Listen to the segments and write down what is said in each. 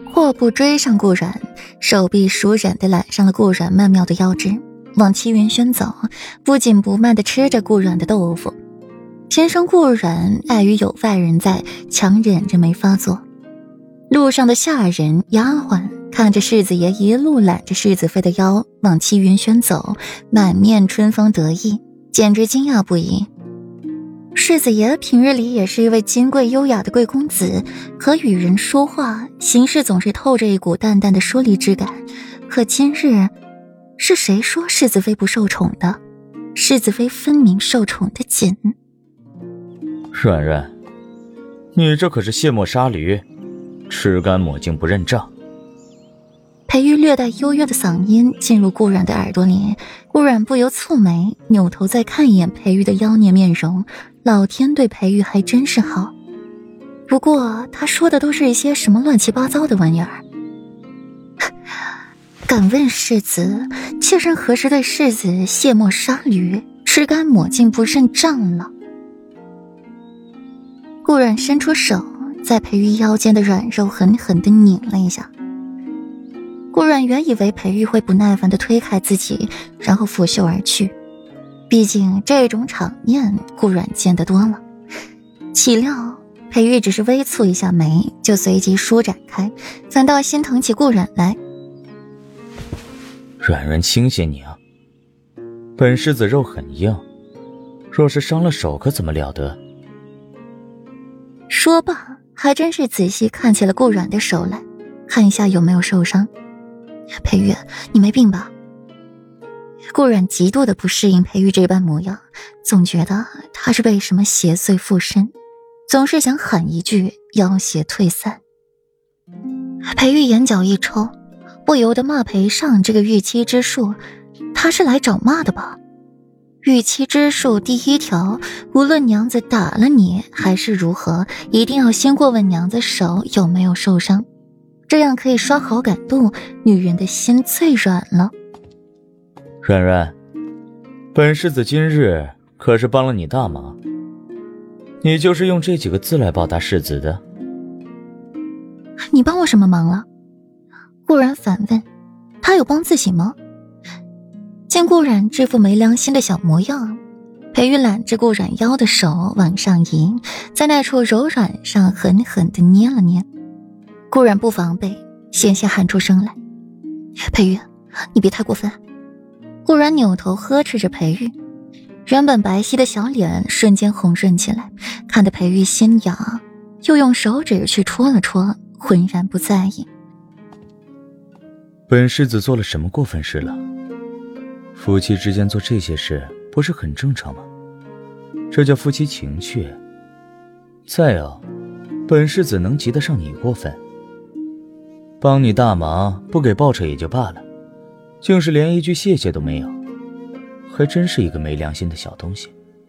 霍步追上顾阮，手臂熟稔地揽上了顾阮曼妙的腰肢，往齐云轩走，不紧不慢地吃着顾阮的豆腐。先生顾阮碍于有外人在，强忍着没发作。路上的下人丫鬟看着世子爷一路揽着世子妃的腰往齐云轩走，满面春风得意，简直惊讶不已。世子爷平日里也是一位金贵优雅的贵公子，可与人说话行事总是透着一股淡淡的疏离之感。可今日是谁说世子妃不受宠的？世子妃分明受宠的紧。 软软，你这可是卸磨杀驴，吃干抹净不认账。 裴玉略带幽怨的嗓音进入顾阮的耳朵里，顾阮不由蹙眉，扭头再看一眼裴玉的妖孽面容。老天对裴玉还真是好，不过他说的都是一些什么乱七八糟的玩意儿。敢问世子，妾身何时对世子卸磨杀驴，吃干抹净不认账了？顾阮伸出手，在裴玉腰间的软肉狠狠地拧了一下。顾阮原以为裴玉会不耐烦地推开自己，然后拂袖而去，毕竟这种场面顾阮见得多了。岂料裴玉只是微蹙一下眉，就随即舒展开，反倒心疼起顾阮来。 软软轻些你啊，本世子肉很硬，若是伤了手可怎么了得？ 说罢还真是仔细看起了顾阮的手来，看一下有没有受伤。裴玉，你没病吧？顾阮极度的不适应裴玉这般模样，总觉得他是被什么邪祟附身，总是想喊一句妖邪退散。裴玉眼角一抽，不由得骂裴尚这个御妻之术，他是来找骂的吧？御妻之术第一条，无论娘子打了你还是如何，一定要先过问娘子手有没有受伤，这样可以刷好感度，女人的心最软了。 软软，本世子今日可是帮了你大忙，你就是用这几个字来报答世子的。 你帮我什么忙了？顾阮反问，他有帮自己吗？见顾阮这副没良心的小模样，裴玉揽着顾阮腰的手往上移，在那处柔软上狠狠地捏了捏。顾阮不防备，险些喊出声来。裴玉，你别太过分。顾阮扭头呵斥着裴玉，原本白皙的小脸瞬间红润起来，看得裴玉心痒，又用手指去戳了戳，浑然不在意。 本世子做了什么过分事了？夫妻之间做这些事不是很正常吗？这叫夫妻情趣。再有，本世子能及得上你过分？帮你大忙不给报酬也就罢了，竟是连一句谢谢都没有，还真是一个没良心的小东西。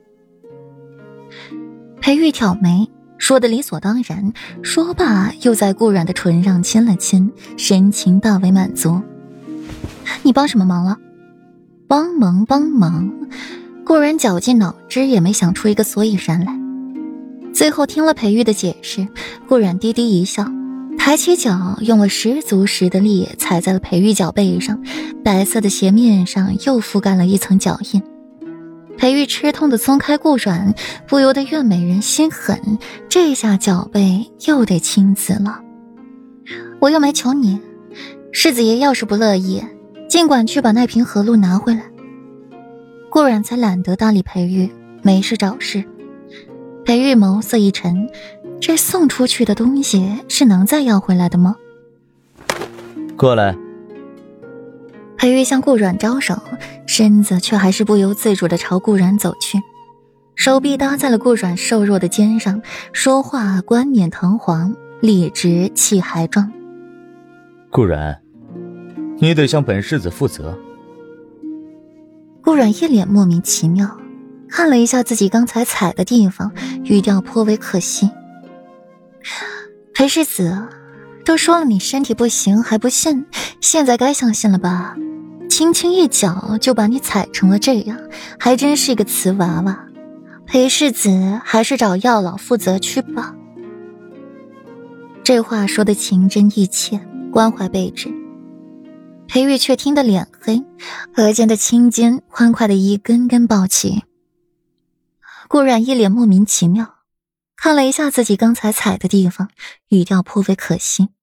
裴玉挑眉，说得理所当然，说罢又在顾阮的唇上亲了亲，神情大为满足。你帮什么忙了？帮忙，顾阮绞尽脑汁也没想出一个所以然来。最后听了裴玉的解释，顾阮低低一笑，抬起脚用了十足十的力踩在了裴玉脚背上，白色的鞋面上又覆盖了一层脚印。裴玉吃痛的松开顾阮，不由得怨美人心狠，这下脚背又得青紫了。我又没求你，世子爷要是不乐意，尽管去把那瓶河露拿回来。顾阮才懒得搭理裴玉，没事找事。裴玉眸色一沉，这送出去的东西是能再要回来的吗？ 过来。 裴玉向顾阮招手，身子却还是不由自主地朝顾阮走去，手臂搭在了顾阮瘦弱的肩上，说话冠冕堂皇，理直气还状。 顾阮，你得向本世子负责。 顾阮一脸莫名其妙，看了一下自己刚才踩的地方，语调颇为可惜。裴世子，都说了你身体不行还不信，现在该相信了吧？轻轻一脚就把你踩成了这样，还真是个瓷娃娃。裴世子还是找药老负责去吧。这话说的情真意切， 关怀备至。裴玉却听得脸黑，额间的青筋欢快的一根根爆起。顾然一脸莫名其妙，看了一下自己刚才踩的地方，语调颇为可惜。